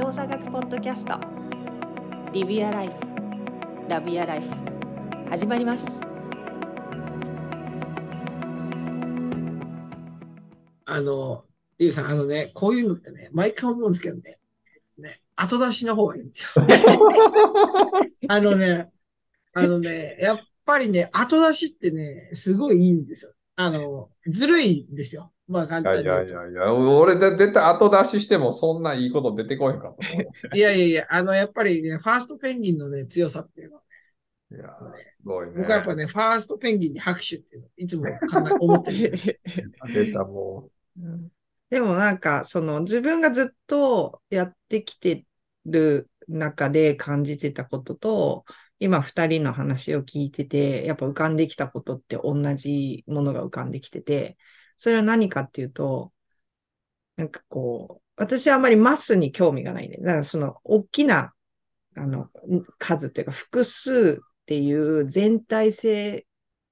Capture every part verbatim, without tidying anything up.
動作学ポッドキャスト Live Your Life Love Your Life 始まります。 あの、ゆうさん、あのね、こういうのってね、毎回思うんですけどね、ね、後出しの方がいいんですよ。あのね、あのね、やっぱりね、後出しってね、すごいいいんですよ。あの、ずるいんですよ。まあ簡いやい単に言うと。 やいやいや、俺で絶対後出ししてもそんないいこと出てこへんかったと思いやいやいや、あの、やっぱりね、ファーストペンギンのね、強さっていうのはう。いやね、 ー、すごいね。 僕はやっぱね、ファーストペンギンに拍手っていうのをいつも考え、思ってるんで。 出たもうんでもなんか、その自分がずっとやってきてる中で感じてたことと、今二人の話を聞いてて、やっぱ浮かんできたことって同じものが浮かんできてて、それは何かっていうと、なんかこう、私はあまりマスに興味がないね。だからその大きな、あの、数というか複数っていう全体性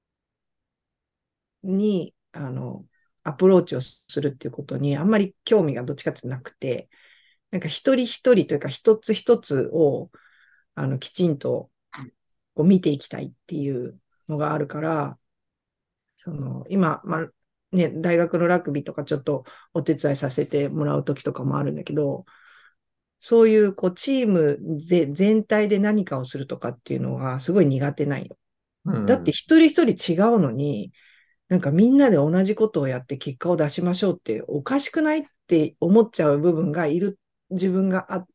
に、あの、アプローチをするっていうことにあんまり興味がどっちかってなくて、なんか一人一人というか一つ一つを、あの、きちんとこう見ていきたいっていうのがあるから、その、今、まあ、ね、大学のラグビーとかちょっとお手伝いさせてもらう時とかもあるんだけど、そういうこうチームで全体で何かをするとかっていうのがすごい苦手なんよ。 う。うだってん。 一人一人違うのに、なんかみんなで同じことをやって結果を出しましょうっておかしくないって思っちゃう部分がいる自分があって、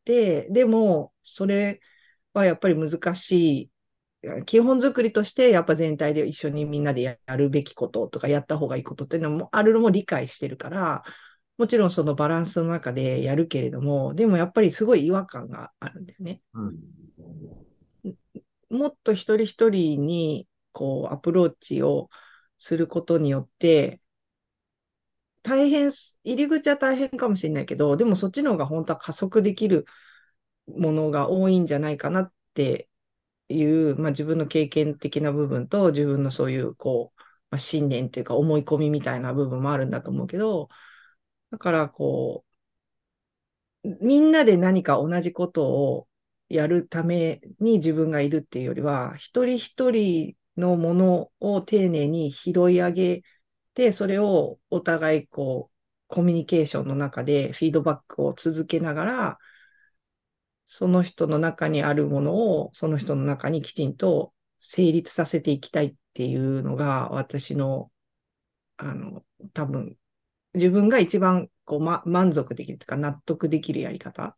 でもそれはやっぱり難しい。基本作りとしてやっぱ全体で一緒にみんなでやるべきこととかやった方がいいことっていうのもあるのも理解してるから、もちろんそのバランスの中でやるけれども、でもやっぱりすごい違和感があるんだよね。 うん。 もっと一人一人にこうアプローチをすることによって、大変、入り口は大変かもしれないけど、でもそっちの方が本当は加速できるものが多いんじゃないかなっていう、まあ自分の経験的な部分と自分のそういうこう、まあ、信念というか思い込みみたいな部分もあるんだと思うけど、だからこう、みんなで何か同じことをやるために自分がいるっていうよりは、一人一人のものを丁寧に拾い上げて、それをお互いこう、コミュニケーションの中でフィードバックを続けながら、その人の中にあるものを、その人の中にきちんと成立させていきたいっていうのが、私の、あの、多分、自分が一番こう、ま、満足できるというか、納得できるやり方。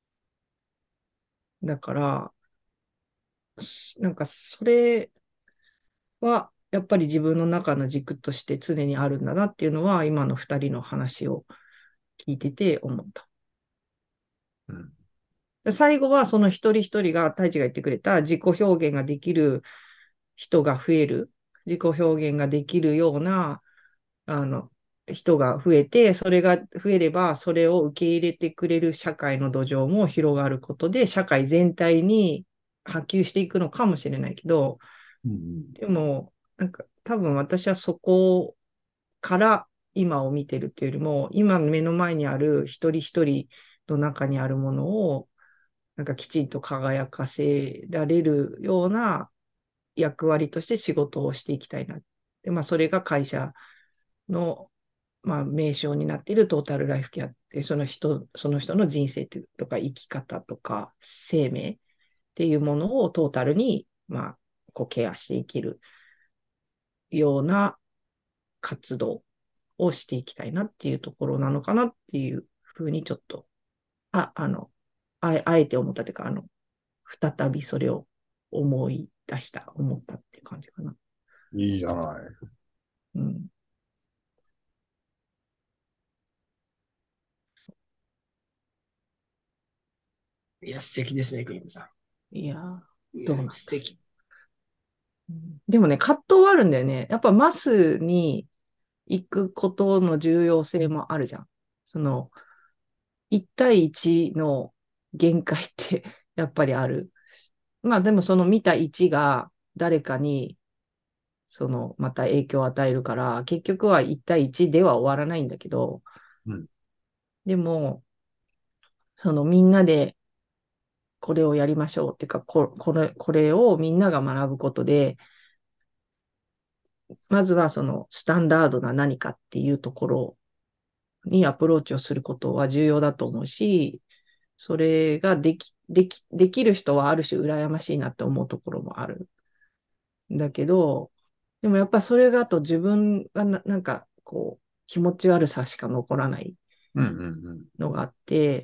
だから、なんかそれは、やっぱり自分の中の軸として常にあるんだなっていうのは、今の二人の話を聞いてて思った。 うん。 で最後はその一人一人が、太一が言ってくれた自己表現ができる人が増える、自己表現ができるような、あの、人が増えて、それが増えれば、それを受け入れてくれる社会の土壌も広がることで、社会全体に波及していくのかもしれないけど、 うん。 でも、なんか多分私はそこから今を見てるっていうよりも、今目の前にある一人一人の中にあるものを、なんかきちんと輝かせられるような役割として仕事をしていきたいな。で、まあ、それが会社の、まあ、名称になっているトータルライフケアって、その人、その人の人生とか生き方とか生命っていうものをトータルに、まあ、こうケアしていけるような活動をしていきたいなっていうところなのかなっていうふうにちょっと、あ、あの、ああえて思ったというか、あの、再びそれを思い出した、思ったっていう感じかな。 いいじゃない。 うん。 いや、素敵ですね、クリムさいやん。いや、 どうなんだ。 素敵。 でもね、葛藤はあるんだよね。やっぱマスに行くことの重要性もあるじゃん。その、いち対いちの限界ってやっぱりある。まあでもその見たいちが誰かにそのまた影響を与えるから、結局はいち対いちでは終わらないんだけど、 うん。 でも、 そのみんなでこれをやりましょうっていうか、こ、これ、これをみんなが学ぶことで、まずはそのスタンダードな何かっていうところにアプローチをすることは重要だと思うし、それができ、でき、できる人はある種羨ましいなって思うところもある。だけど、でもやっぱそれがあと自分がな、なんかこう気持ち悪さしか残らないうんうんのがあって、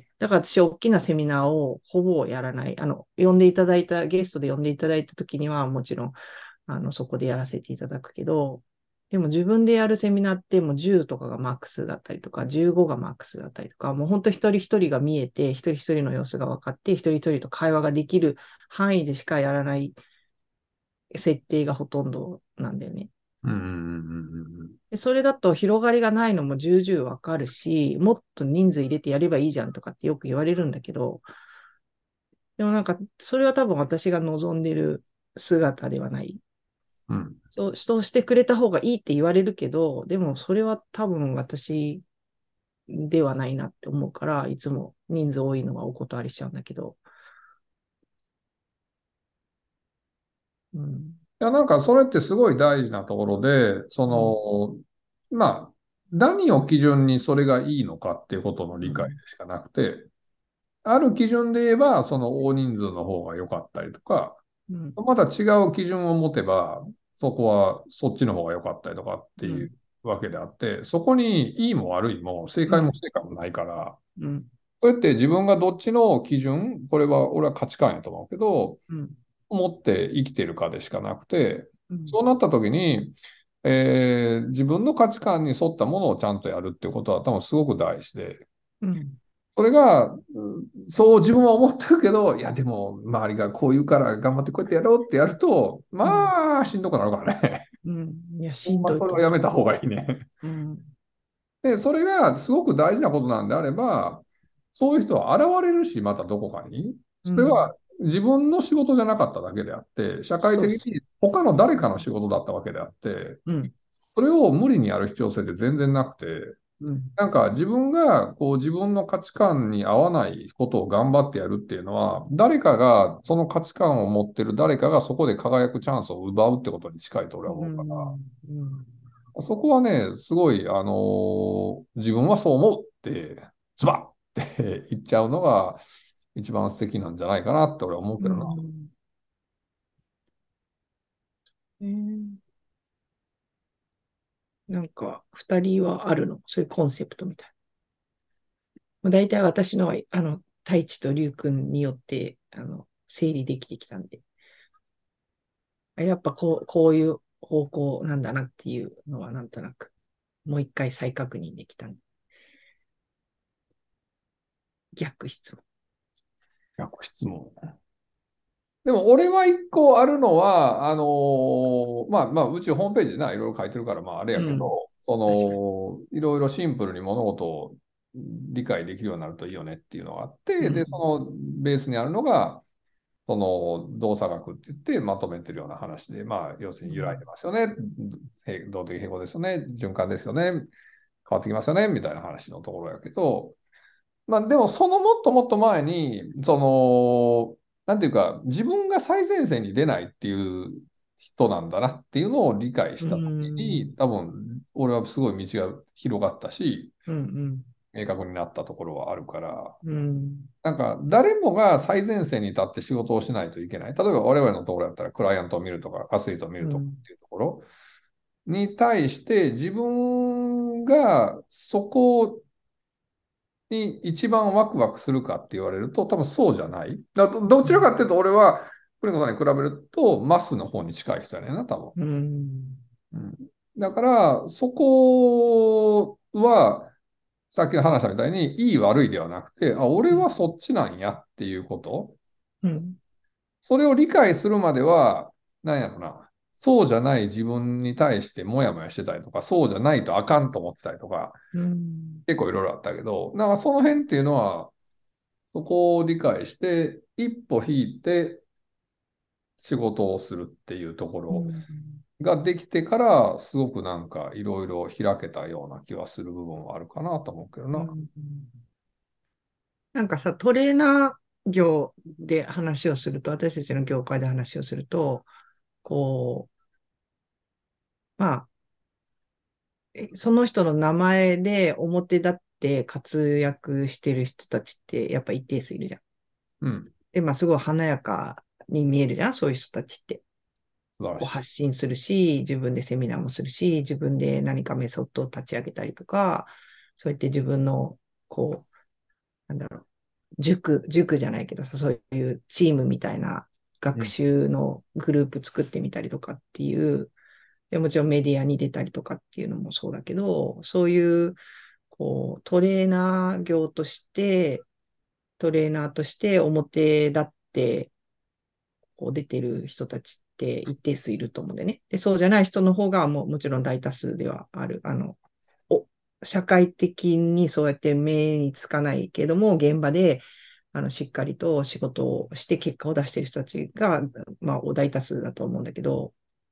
だから私、大きなセミナーをほぼやらない。あの、呼んでいただいた、ゲストで呼んでいただいたときには、もちろん、あの、そこでやらせていただくけど、でも自分でやるセミナーってもうじゅうとかがマックスだったりとか、じゅうごがマックスだったりとか、もう本当一人一人が見えて、一人一人の様子が分かって、一人一人と会話ができる範囲でしかやらない設定がほとんどなんだよね。 うんうんうんうんでそれだと広がりがないのも重々わかるし、もっと人数入れてやればいいじゃんとかってよく言われるんだけど、でもなんか、それは多分私が望んでる姿ではない。 うんうんそう、そうしてくれた方がいいって言われるけど、でもそれは多分私ではないなって思うから、いつも人数多いのはお断りしちゃうんだけど。うん。 いや、なんかそれってすごい大事なところで、その、まあ、何を基準にそれがいいのかっていうことの理解でしかなくて、ある基準で言えば、その大人数の方が良かったりとか、 うん。 また違う基準を持てば、そこはそっちの方が良かったりとかってうん。 いうわけであって、そこにいいも悪いも正解も不正解もないから、 うん。 そうやって自分がどっちの基準、これは俺は価値観やと思うけど、 うん。 持って生きてるかでしかなくて、 うん。 そうなった時に、えー自分の価値観に沿ったものをちゃんとやるってことは多分すごく大事で、 うん。 それが、うんそう自分は思ってるけど、いやでも周りがこう言うから頑張ってこうやってやろうってやると、まあしんどくなるからね。 うん。いや、しんまあどいと思それはやめた方がいいね。 う。うん。 で、それがすごく大事なことなんであれば、そういう人は現れるし、またどこかに。 うん。 それは自分の仕事じゃなかっただけであって、社会そうそ的に他の誰かの仕事だったわけであって、 う。うん。 それを無理にやる必要性って全然なくて、 うん。 なんか自分がこう自分の価値観に合わないことを頑張ってやるっていうのは、誰かがその価値観を持ってる誰かがそこで輝くチャンスを奪うってことに近いと俺うは思うかん。うん。 ら、そこはね、すごい、あのー自分はそう思うって、ズバッって言っちゃうのが一番素敵なんじゃないかなって俺は思ううけどな。 ん。えーなんか、二人はあるのそういうコンセプトみたいな。大体私のは、あの、太一と龍君によって、あの、整理できてきたんで、あやっぱこう、こういう方向なんだなっていうのは、なんとなく、もう一回再確認できたんで、逆質問。 逆質問。でも俺は一個あるのは、あのーまあまあ、うちホームページでな、いろいろ書いてるから、まああれやけど、 うん。 そ確かに。 の、いろいろシンプルに物事を理解できるようになるといいよねっていうのがあって、で、 うん。 そのベースにあるのが、その動作学って言ってまとめてるような話で、まあ、要するに揺らいでますよね。へ動的平衡ですよね。循環ですよね。変わってきますよね。みたいな話のところやけど、まあ、でも、そのもっともっと前に、その、なんていうか、自分が最前線に出ないっていう人なんだなっていうのを理解うしたときん。 に、多分、俺はすごい道が広がったし、 うん。 明確になったところはあるから、 うん。 なんか、誰もが最前線に立って仕事をしないといけない。例えば、我々のところだったら、クライアントを見るとか、アスリートを見るとかうん。 っていうところに対して、自分がそこに一番ワクワクするかって言われると、多分そうじゃない。だどどちらかっていうと、俺は、クリコさんに比べると、マスの方に近い人やねんな、多分。 うん。 うん、だから、そこは、さっき話したみたいに、いい悪いではなくて、あ、俺はそっちなんやっていうこと。 うん。 それを理解するまでは、なんやろな。そうじゃない自分に対してモヤモヤしてたりとか、そうじゃないとあかんと思ってたりとか、 うん。 結構いろいろあったけど、なんかその辺っていうのは、そこを理解して、一歩引いて仕事をするっていうところうん。 ができてから、すごくなんかいろいろ開けたような気はする部分はあるかなと思うけどな。 うん。 なんかさ、トレーナー業で話をすると、私たちの業界で話をすると、こう、まあ、えその人の名前で表立って活躍してる人たちってやっぱ一定数いるじゃん。 うん。 で、まあすごい華やかに見えるじゃん、そういう人たちって。こう素晴らしい。 発信するし、自分でセミナーもするし、自分で何かメソッドを立ち上げたりとか、そうやって自分の、こう、なんだろう、塾、塾じゃないけどさ、そういうチームみたいな学うん。 習のグループ作ってみたりとかっていう、でもちろんメディアに出たりとかっていうのもそうだけど、そういう、こう、トレーナー業として、トレーナーとして表立って、こう出てる人たちって一定数いると思うんでね。で、そうじゃない人の方がもうもちろん大多数ではある。あの、お、社会的にそうやって目につかないけども、現場で、あの、しっかりと仕事をして結果を出している人たちが、まあ、大多数だと思うんだけど、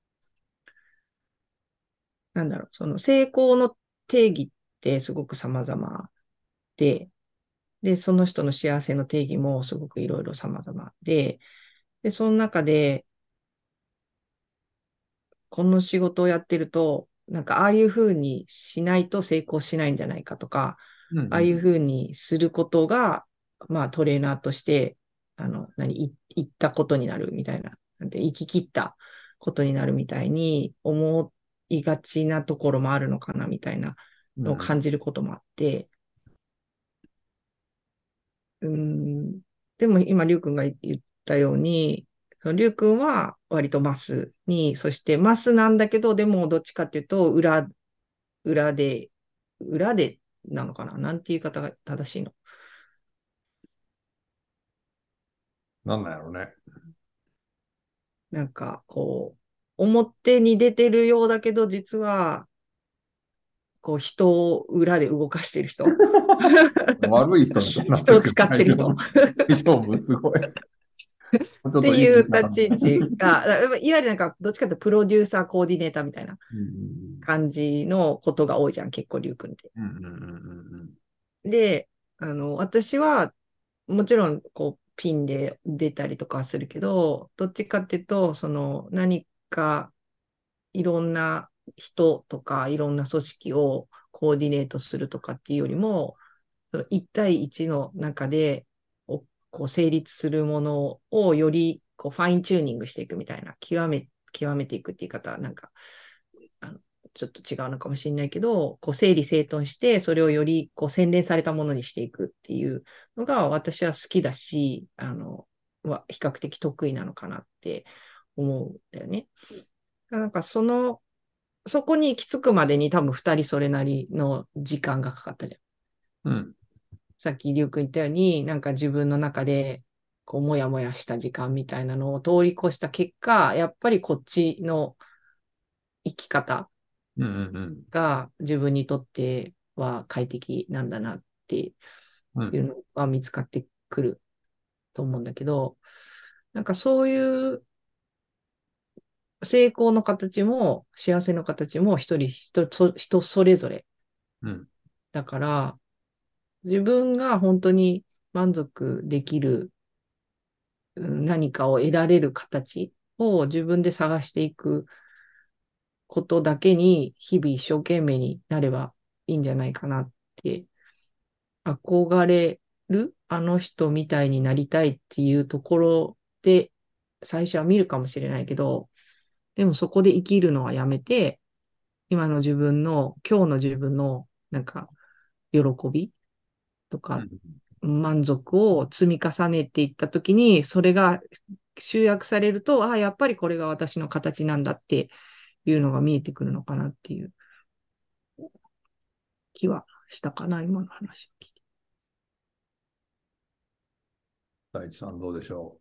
なんだろう、その成功の定義ってすごく様々で、で、その人の幸せの定義もすごくいろいろ様々で、で、その中で、この仕事をやってると、なんかああいうふうにしないと成功しないんじゃないかとか、 うん。 ああいうふうにすることが、まあトレーナーとして、あの、何、い言ったことになるみたいな、なんて、生き切ったことになるみたいに思いがちなところもあるのかなみたいなのをうん。 感じることもあって、うん、でも今、りゅうくんが言ったように、そのりゅうくんは割とマスに、そしてマスなんだけど、でもどっちかっていうと、裏、裏で、裏でなのかななんていう言い方が正しいの。 なんなんやろうね。 なんか、こう、表に出てるようだけど、実は、こう、人を裏で動かしてる人。 悪い人みたいになって人をるけど、 使ってる人。 大丈夫すごい。もうちょってっといい言いう立い方みたいな。 ち位置が、いわゆるなんか、どっちかというとプロデューサー、コーディネーターみたいなうん。 感じのことが多いじゃん、結構、りゅうくんって。 うん。うん。うん。 で、あの、私は、もちろん、こう、ピンで出たりとかはするけど、どっちかっていうと、その、何か、いろんな人とか、いろんな組織をコーディネートするとかっていうよりも、そのいち対いちの中で、こう成立するものをよりこうファインチューニングしていくみたいな、極め、極めていくって言い方は、なんか、あのちょっと違うのかもしれないけど、こう整理整頓して、それをよりこう洗練されたものにしていくっていうのが私は好きだし、あの、は比較的得意なのかなって思うんだよね。なんかその、そこに行き着くまでに多分二人それなりの時間がかかったじゃん。 うん。 さっきりゅうくん言ったように、なんか自分の中で、こう、もやもやした時間みたいなのを通り越した結果、やっぱりこっちの生き方うん。うん。 が自分にとっては快適なんだなってうん。 いうのが見つかってくると思うんだけど、なんかそういう成功の形も幸せの形も一人人そ人それぞれうん。 だから、自分が本当に満足できるうん何かを得られる形を自分で探していくことだけに日々一生懸命になればいいんじゃないかなって、憧れるあの人みたいになりたいっていうところで最初は見るかもしれないけど、でもそこで生きるのはやめて、今の自分の、今日の自分のなんか喜びとか満足を積み重ねていったときに、それが集約されると、ああ、やっぱりこれが私の形なんだっていうのが見えてくるのかなっていう気はしたかな、今の話を聞いて。 大地さんどうでしょ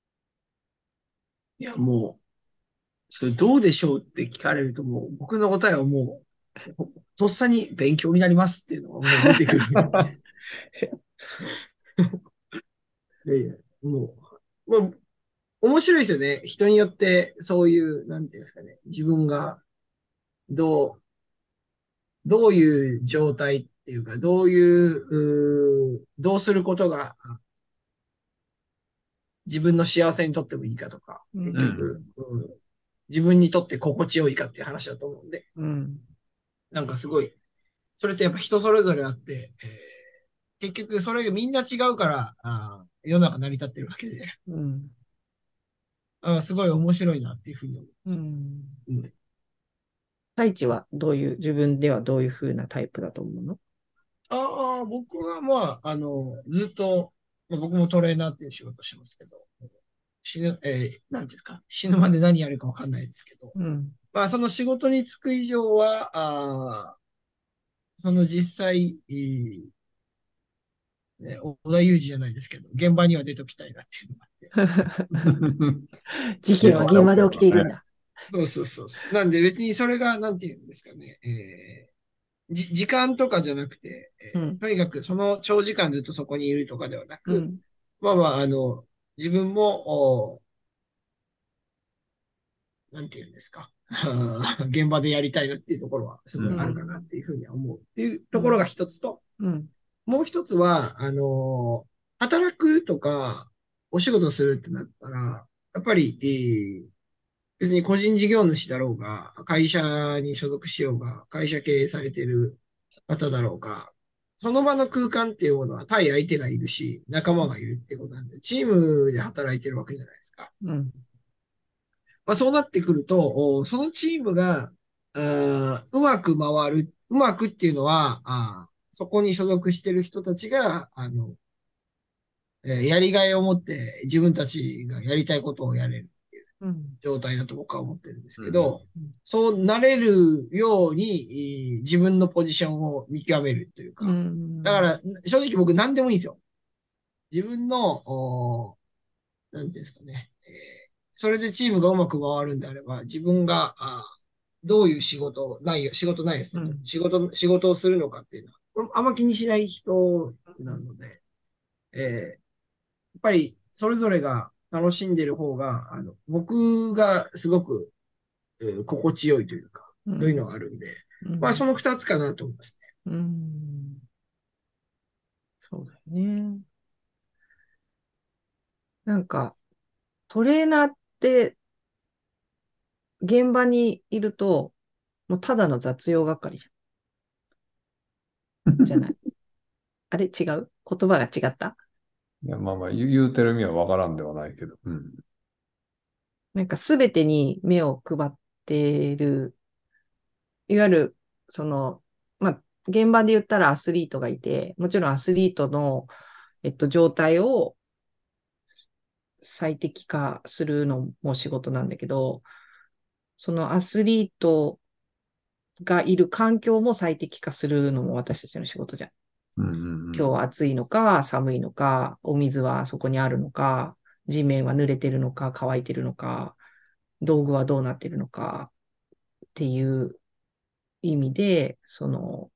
いや、もう、それどうでしょうって聞かれるともう、僕の答えはもう、とっさに勉強になりますっていうのがもう出てくるんで。いやいや、もう、まあ、面白いですよね。人によってそういう、なんていうんですかね。自分がどう、どういう状態っていうか、どういう、うーどうすることが自分の幸せにとってもいいかとか、 うん結局、うん自分にとって心地よいかっていう話だと思うんで、 うん。 なんかすごい、それってやっぱ人それぞれあって、えー結局それがみんな違うから、あー世の中成り立ってるわけで、 うん。 あーすごい面白いなっていうふうに思いまうす。 ん。 うん太一はどういう、自分ではどういう風なタイプだと思うの？ ああ、僕はまあ、あの、ずっと、まあ、僕もトレーナーっていう仕事をしてますけど、死ぬ、えーなんていうんですか、死ぬまで何やるかわかんないですけど、 うん。 まあ、その仕事に就く以上は、あーその実際、えーね、織田裕二じゃないですけど、現場には出ときたいなっていうのがあって。 事件は現場で起きているんだ。 そうそうそうそう。なんで別にそれが、なんていうんですかね、えーじ、時間とかじゃなくて、えーうん。 とにかくその長時間ずっとそこにいるとかではなく、 うん。 まあまあ、あの、自分も、おなんていうんですか。現場でやりたいなっていうところはすうごいあるかなっん。 ていうふうには思うっていううん。 ところが一つと、 うん。 もう一つは、あの、働くとか、お仕事するってなったら、やっぱり、えー別に個人事業主だろうが、会社に所属しようが、会社経営されている方だろうが、その場の空間っていうものは対相手がいるし、仲間がいるっていうことなんで、チームで働いてるわけじゃないですか。 うん。 まあ、そうなってくると、そのチームが、あうまく回る、うまくっていうのは、あそこに所属している人たちが、あの、えーやりがいを持って自分たちがやりたいことをやれるうん。 状態だと僕は思ってるんですけうん。 ど、そうなれるように、えー自分のポジションを見極めるといううか、だかん。 ら、正直僕何でもいいんですよ。自分の、おなんていうんですかね。えーそれでチームがうまく回るんであれば、自分が、あどういう仕事、内容、仕事内容ですね。 うん。 仕事、仕事をするのかっていうのは、これあんま気にしない人なので、えーやっぱりそれぞれが楽しんでる方が、あの、僕がすごく、えー心地よいというか、そういうのうん。 があるんで、まあそうん。 の二つかなと思いますね。 うん。そうだよね。なんか、トレーナーって現場にいると、もうただの雑用係じゃん。じゃない。あれ違う言葉が違った？ いや、まあまあ、言う言うてる意味はわからんではないけど。うん。 なんかすべてに目を配ってる、いわゆる、その、まあ、現場で言ったらアスリートがいて、もちろんアスリートの、えっと、状態を最適化するのも仕事なんだけど、そのアスリートがいる環境も最適化するのも私たちの仕事じゃん。 うんうん今日は暑いのか、寒いのか、お水はそこにあるのか、地面は濡れてるのか、乾いてるのか、道具はどうなってるのかっていう意味で、その、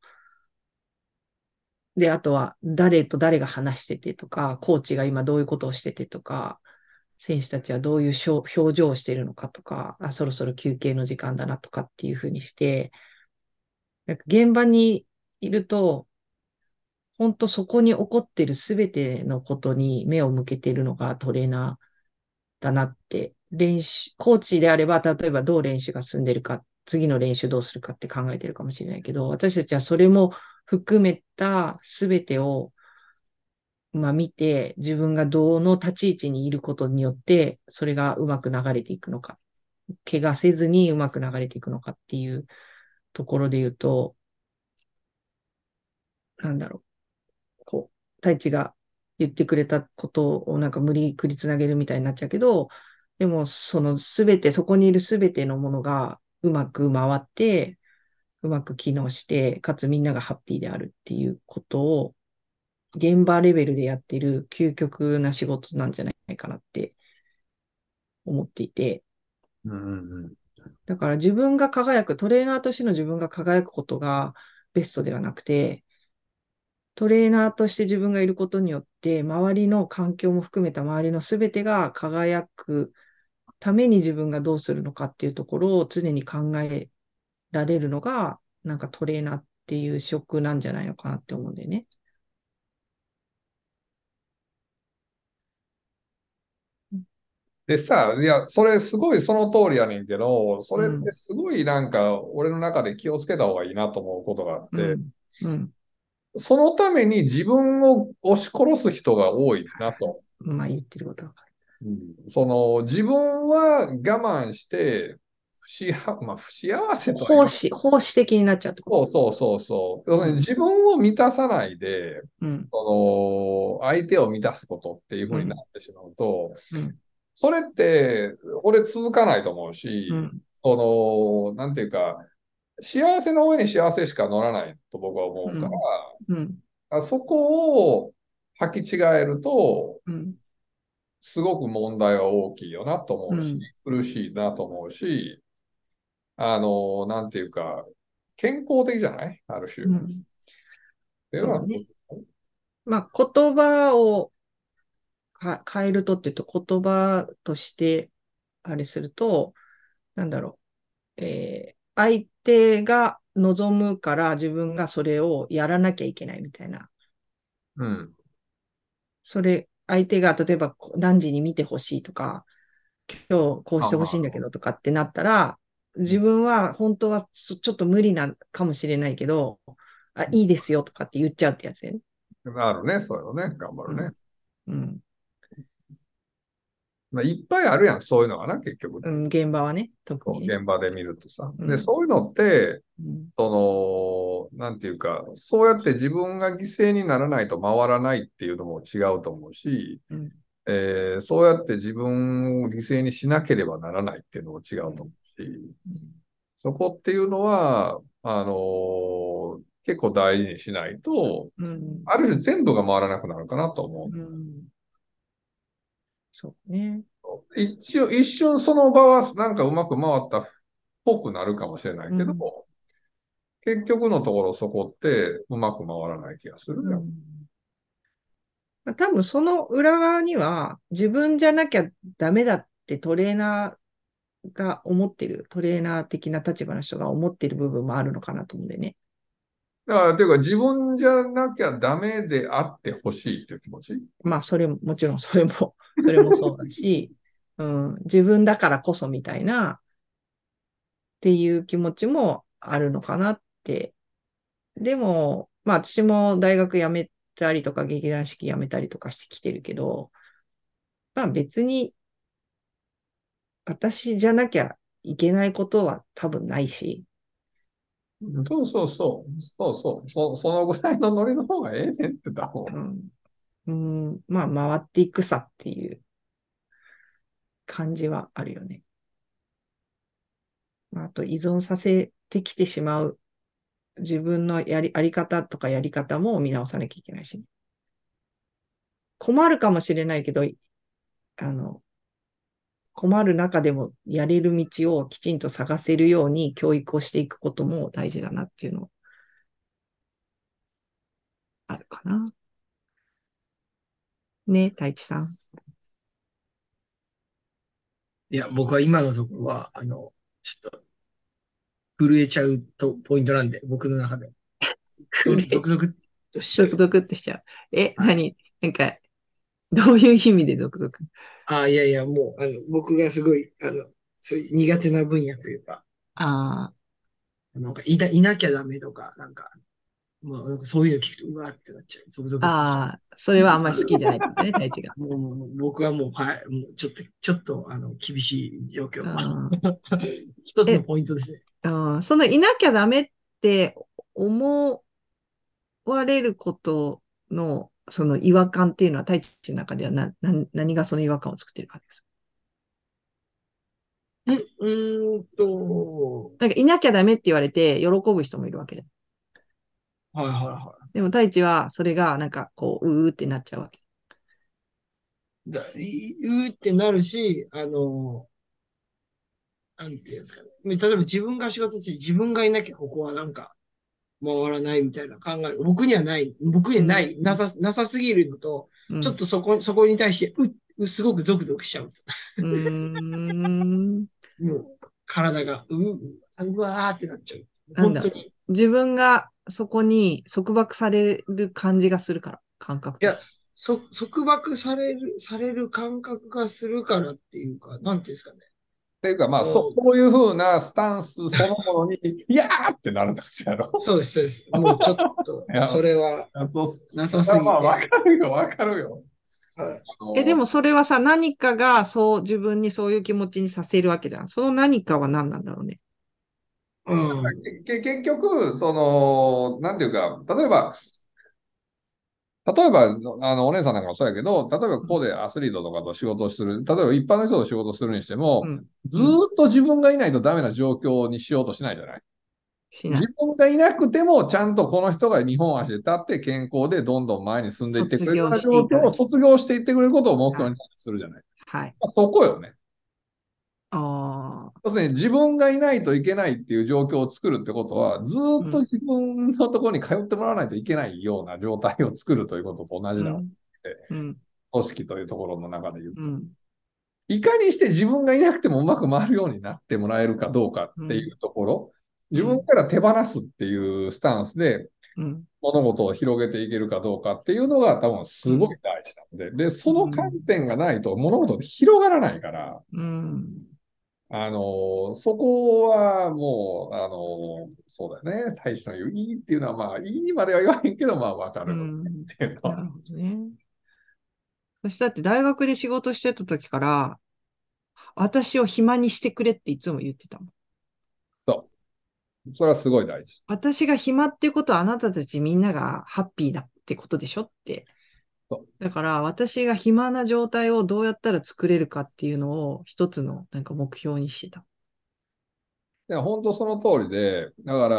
で、あとは誰と誰が話しててとか、コーチが今どういうことをしててとか、選手たちはどういう表情をしているのかとか、あ、そろそろ休憩の時間だなとかっていうふうにして、なんか現場にいると、本当そこに起こってるすべてのことに目を向けているのがトレーナーだなって、練習、コーチであれば、例えばどう練習が進んでるか、次の練習どうするかって考えてるかもしれないけど、私たちはそれも含めたすべてを、まあ、見て、自分がどの立ち位置にいることによって、それがうまく流れていくのか、怪我せずにうまく流れていくのかっていうところで言うと、なんだろう、こう、太一が言ってくれたことをなんか無理くりつなげるみたいになっちゃうけど、でもそのすべて、そこにいるすべてのものがうまく回って、うまく機能して、かつみんながハッピーであるっていうことを、現場レベルでやってる究極な仕事なんじゃないかなって思っていて、 うんうんうん。 だから自分が輝く、トレーナーとしての自分が輝くことがベストではなくて、トレーナーとして自分がいることによって、周りの環境も含めた周りのすべてが輝くために自分がどうするのかっていうところを常に考えられるのが、なんかトレーナーっっていう職なんじゃないのかなって思うんだよね。 でさ、いや、それすごいその通りやねんけど、それってうん。 すごいなんか、俺の中で気をつけた方がいいなと思うことがあって、 うん。うん。 そのために自分を押し殺す人が多いなと。 まあ言ってることわかうん、その、自分は我慢して、不幸、まあ、不幸せる。 とは言わない。 奉仕、奉仕的になっちゃうってこと。 そうそうそうそう。要すうん。 るに自分を満たさないで、 うん。 その、相手を満たすことっていうふうになうん。 ってしまうと、 うん。 それって、俺続かないと思ううし、 ん。 その、なんていうか、幸せの上に幸せしか乗らないと僕は思うかうん。うん。 ら、そこを履き違えると、 うん。 すごく問題は大きいよなと思うし、 うん。 苦しいなと思うし、あの、なんていうか、健康的じゃないある種。っうん。 ていうのはそう。 そうね。まあ言葉をか変えるとっていうと、言葉として、あれすると、なんだろう。えー相手が望むから自分がそれをやらなきゃいけないみたいな。 うん。 それ、相手が例えばこう何時に見てほしいとか、今日こうしあ、 てほましいんだけどとかってなったら、 うん自分は本当はちょちょっと無理なかもしれないけど、あ、いいですよとかって言っちゃうってやつだよね。 あるね、そういうのね、頑張るね。 うん。うん。 まあ、いっぱいあるやん、そういうのがな、結局。 うん、現場はね、特にね。 現場で見るとさ。で、 うん。 そういうのって、 うん。 その、なんていうか、そうやって自分が犠牲にならないと回らないっていうのも違うと思うし、 うん。 えーそうやって自分を犠牲にしなければならないっていうのも違うと思うん。 うし、 うん。 そこっていうのは、あのー結構大事にしないと、 うん。 ある種全部が回らなくなるかなと思うん。そうね。 う。一応、一瞬その場はなんかうまく回ったっぽくなるかもしれないけど、 うん。 結局のところそこってうまく回らない気がするよ。 うん。まあ多分その裏側には自分じゃなきゃダメだってトレーナーが思ってる、トレーナー的な立場の人が思ってる部分もあるのかなと思うんでね。 だから、ていうか自分じゃなきゃダメであってほしいっていう気持ち。 まあそれも、もちろんそれも、それもそうだし、うん、自分だからこそみたいなっていう気持ちもあるのかなって。でも、まあ私も大学辞めたりとか劇団四季辞めたりとかしてきてるけど、まあ別に私じゃなきゃいけないことは多分ないし、 そうそうそう。そうそう。そ、そのぐらいのノリの方がええねんってだもうん、うん、まあ回っていくさっていう感じはあるよね。まあ、あと依存させてきてしまう自分のやり、あり方とかやり方も見直さなきゃいけないしね、困るかもしれないけど、あの、困る中でもやれる道をきちんと探せるように教育をしていくことも大事だなっていうのあるかな。ね、太一さん。 いや、僕は今のところは、あの、ちょっと震えちゃうとポイントなんで、僕の中で。ゾゾクゾクっとしちゃう。 ゾクゾクっとしちゃう。え、 はい。 何なんか、どういう意味でゾクゾク？ ああ、いやいや、もう、あの、僕がすごい、あの、そういう苦手な分野というか、 あなんかいな、いなきゃダメとか、なんか、まあ、なんかそういうの聞くと、うわーってなっちゃう。ゾクゾあ、 クってしちゃああ、それはあんまり好きじゃないってことね、太一が。 う。もう、もう僕はもう、はい、もうちょっと、ちょっと、あの、厳しい状況。 うん、 一つのえ、 ポイントですね。 うん、そのいなきゃダメって思われることの、その違和感っていうのは、太一の中ではな、な、何がその違和感を作ってるかです。 ううーんと、 なんか、いなきゃダメって言われて喜ぶ人もいるわけじゃん。 はいはいはでも、太一は、それが、なんか、こう、うーってなっちゃうわけ。 い。だ、うーってなるし、あの、なんていうんですかね。例えば自分が仕事して自分がいなきゃここはなんか回らないみたいな考え、僕にはない、僕にうん、 はない、なさ、なさすぎるのと、 うん、 ちょっとそこ、そこに対して、う、うすごくゾクゾクしちゃうんです。 うーん、 もう、体が、う、うわーってなっちゃう。 なんだろ本当に。 自分がそこに束縛される感じがするから、感覚いや、 として。 そ、束縛される、される感覚がするからっていうか、なんていうんですかね。 っていうか、まあ、そ、 こう、 そういうふうなスタンスそのものに、いやーってなるんですやろ。 そうです、そうです。もうちょっと、 いや、 それはそうっす。 なさまあ、まあ、 すぎて。 わかるよ、わかるよ。 はい。 あえ、での、 もそれはさ、何かがそう自分にそういう気持ちにさせるわけじゃん。その何かは何なんだろうね。 うん。 け、結局、その、なんていうか、例えば、例えば、あの、お姉さんなんかもそうやけど、例えばここでアスリートとかと仕事をする、例えば一般の人と仕事をするにしても、 うん。 ずーうん。 っと自分がいないとダメな状況にしようとしないじゃない。自しない。 分がいなくても、ちゃんとこの人が日本足で立って健康でどんどん前に進んでいってくれるような卒業して状況をいただき。 卒業していってくれることを目はい。 標にするじゃない。 はい。 まあそこよね。 ああ。 要するに自分がいないといけないっていう状況を作るってことは、ずーうん。 っと自分のところに通ってもらわないといけないような状態を作るということと同じなわうん。 けで、 うん。 組織というところの中で言うと。 うん。 いかにして自分がいなくてもうまく回るようになってもらえるかどうかっていうん。 うところ、自分うん。 から手放すっていうスタンスでうん。 物事を広げていけるかどうかっていうのが多分すごい大事なので、で、その観点がないと物事って広がらないから、 うん。 あの、そこはもう、あの、そうだよね。大使の言ういいっていうのは、まあ、いいにまでは言わへんけど、まあ、わかうるん。 っていうのは。 なるほどね。私だって大学で仕事してた時から、私を暇にしてくれっていつも言ってたもん。 そう。それはすごい大事。 私が暇っていうことはあなたたちみんながハッピーだってことでしょって。 そう。 だから私が暇な状態をどうやったら作れるかっていうのを一つのなんか目標にしてた。 いや、本当その通りで、だから、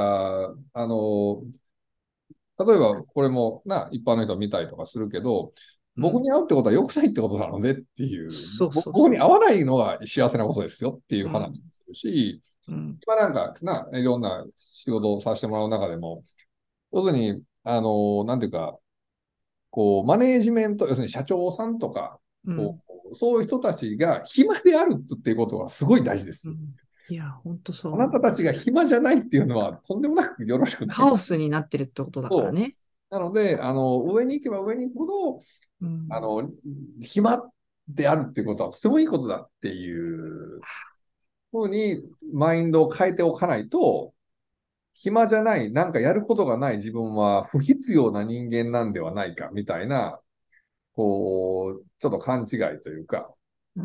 あの、例えば、これもな、一般の人見たりとかするけど、 うん。 僕に会うってことは良くないってことなのでっていう、 そうぼそうそ僕に会わないのが幸せなことですよっていうう。う話もん。 するし、 うん。 今なんかな、いろんな仕事をさせてもらう中でも、要するに、あの、なんていうか、こう、マネージメント、要するに社長さんとか、こうん。 う、そういう人たちが暇であるっていうことがすごい大事です。 うん。いや、ほんとそうあな思う。 たたちが暇じゃないっていうのはとんでもなくよろしくない。 カオスになってるってことだからそう。 ね。 なので、あの、上に行けば上に行くほど、 うん。 あの、暇であるっていうことはとてもいいことだっていうふうにマインドを変えておかないと、暇じゃない、なんかやることがない自分は不必要な人間なんではないかみたいな、こう、ちょっと勘違いというか、 うん。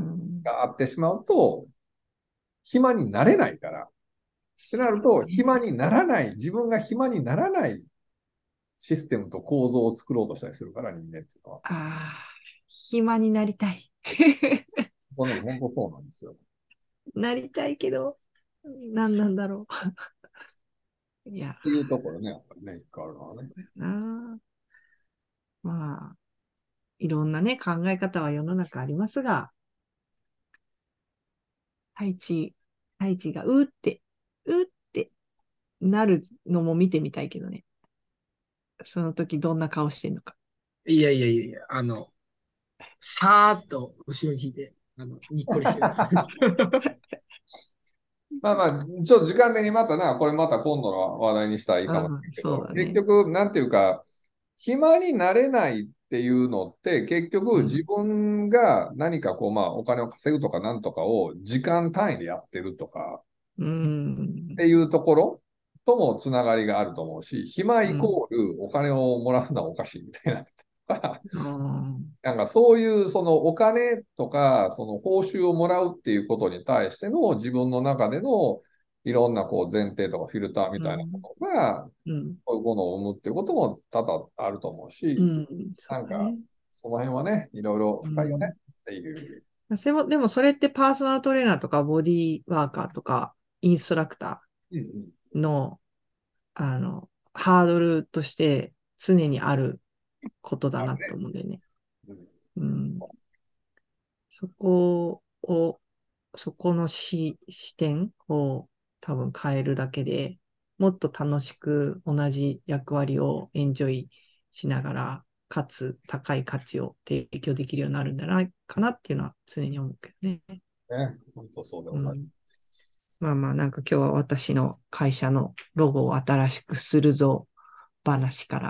があってしまうと、暇になれないから。ってなると、暇にならない、自分が暇にならないシステムと構造を作ろうとしたりするから、人間っていうのは。 ああ、暇になりたい。 これね、本当そうなんですよ。 なりたいけど、何なんだろう。いや、 っていうところね、やっぱりね、一個あるのはね。 なあ。まあ、いろんなね、考え方は世の中ありますが、太一、太一がうーって、うーってなるのも見てみたいけどね。その時どんな顔してんのか。 いやいやいやいや、あの、さーっと後ろに引いて、あの、にっこりしてると思います。 まあまあ、ちょっと時間的にまたな、これまた今度の話題にしたらいいかもしうん、 れんけど、 そうだね。 結局、なんていうか、暇になれないっていうのって、結局自うん、 分が何かこう、まあお金を稼ぐとかなんとかを時間単位でやってるとかうっん、 ていうところともつながりがあると思うし、暇イうん、 コールお金をもらうのはおかしいみたいなとか、 あーなんかそういうそのお金とかその報酬をもらうっていうことに対しての自分の中でのいろんなこう前提とかフィルターみたいなうん、 ものがうん、 こういうものを生むっていうことも多々あると思うし、 うん、そうなんかだね。 その辺はね、いろいろ深いよねうん。 っていう。 でも、でもそれってパーソナルトレーナーとかボディーワーカーとかインストラクタうんうん。 ーの、あの、ハードルとして常にあることだなとあるね。 思うんだよね。 うん。 うん。そこを、そこの視、視点を多分変えるだけでもっと楽しく同じ役割をエンジョイしながら、かつ高い価値を提供できるようになるんじゃないかなっていうのは常に思うけどね。 ね、本当そうでございまうん。 す。 まあまあ、なんか今日は私の会社のロゴを新しくするぞ話から、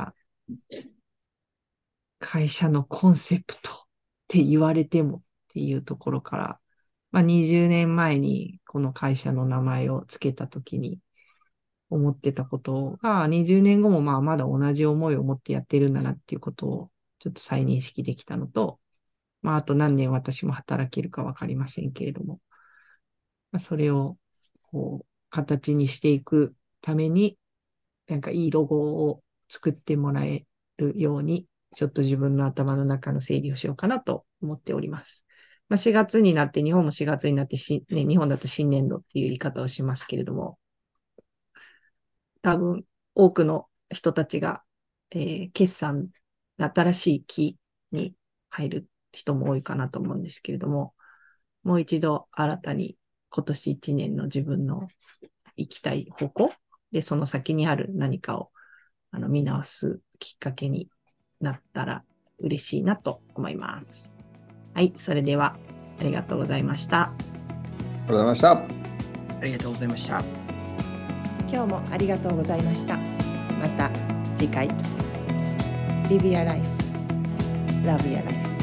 会社のコンセプトって言われてもっていうところから、まあにじゅうねんまえにこの会社の名前を付けたときに思ってたことが、にじゅうねんごもまあまだ同じ思いを持ってやってるんだなっていうことをちょっと再認識できたのと、まああと何年私も働けるかわかりませんけれども、まあ、それをこう形にしていくために、なんかいいロゴを作ってもらえるように、ちょっと自分の頭の中の整理をしようかなと思っております。まあ、しがつになって、日本もしがつになってし、ね、日本だと新年度っていう言い方をしますけれども、多分多くの人たちが、えー決算、新しい期に入る人も多いかなと思うんですけれども、もう一度新たに今年一年の自分の行きたい方向で、その先にある何かをあの見直すきっかけになったら嬉しいなと思います。はい、それではありがとうございました。 ありがとうございました。 ありがとうございました。 今日もありがとうございました。また次回。Live your life. Love your life.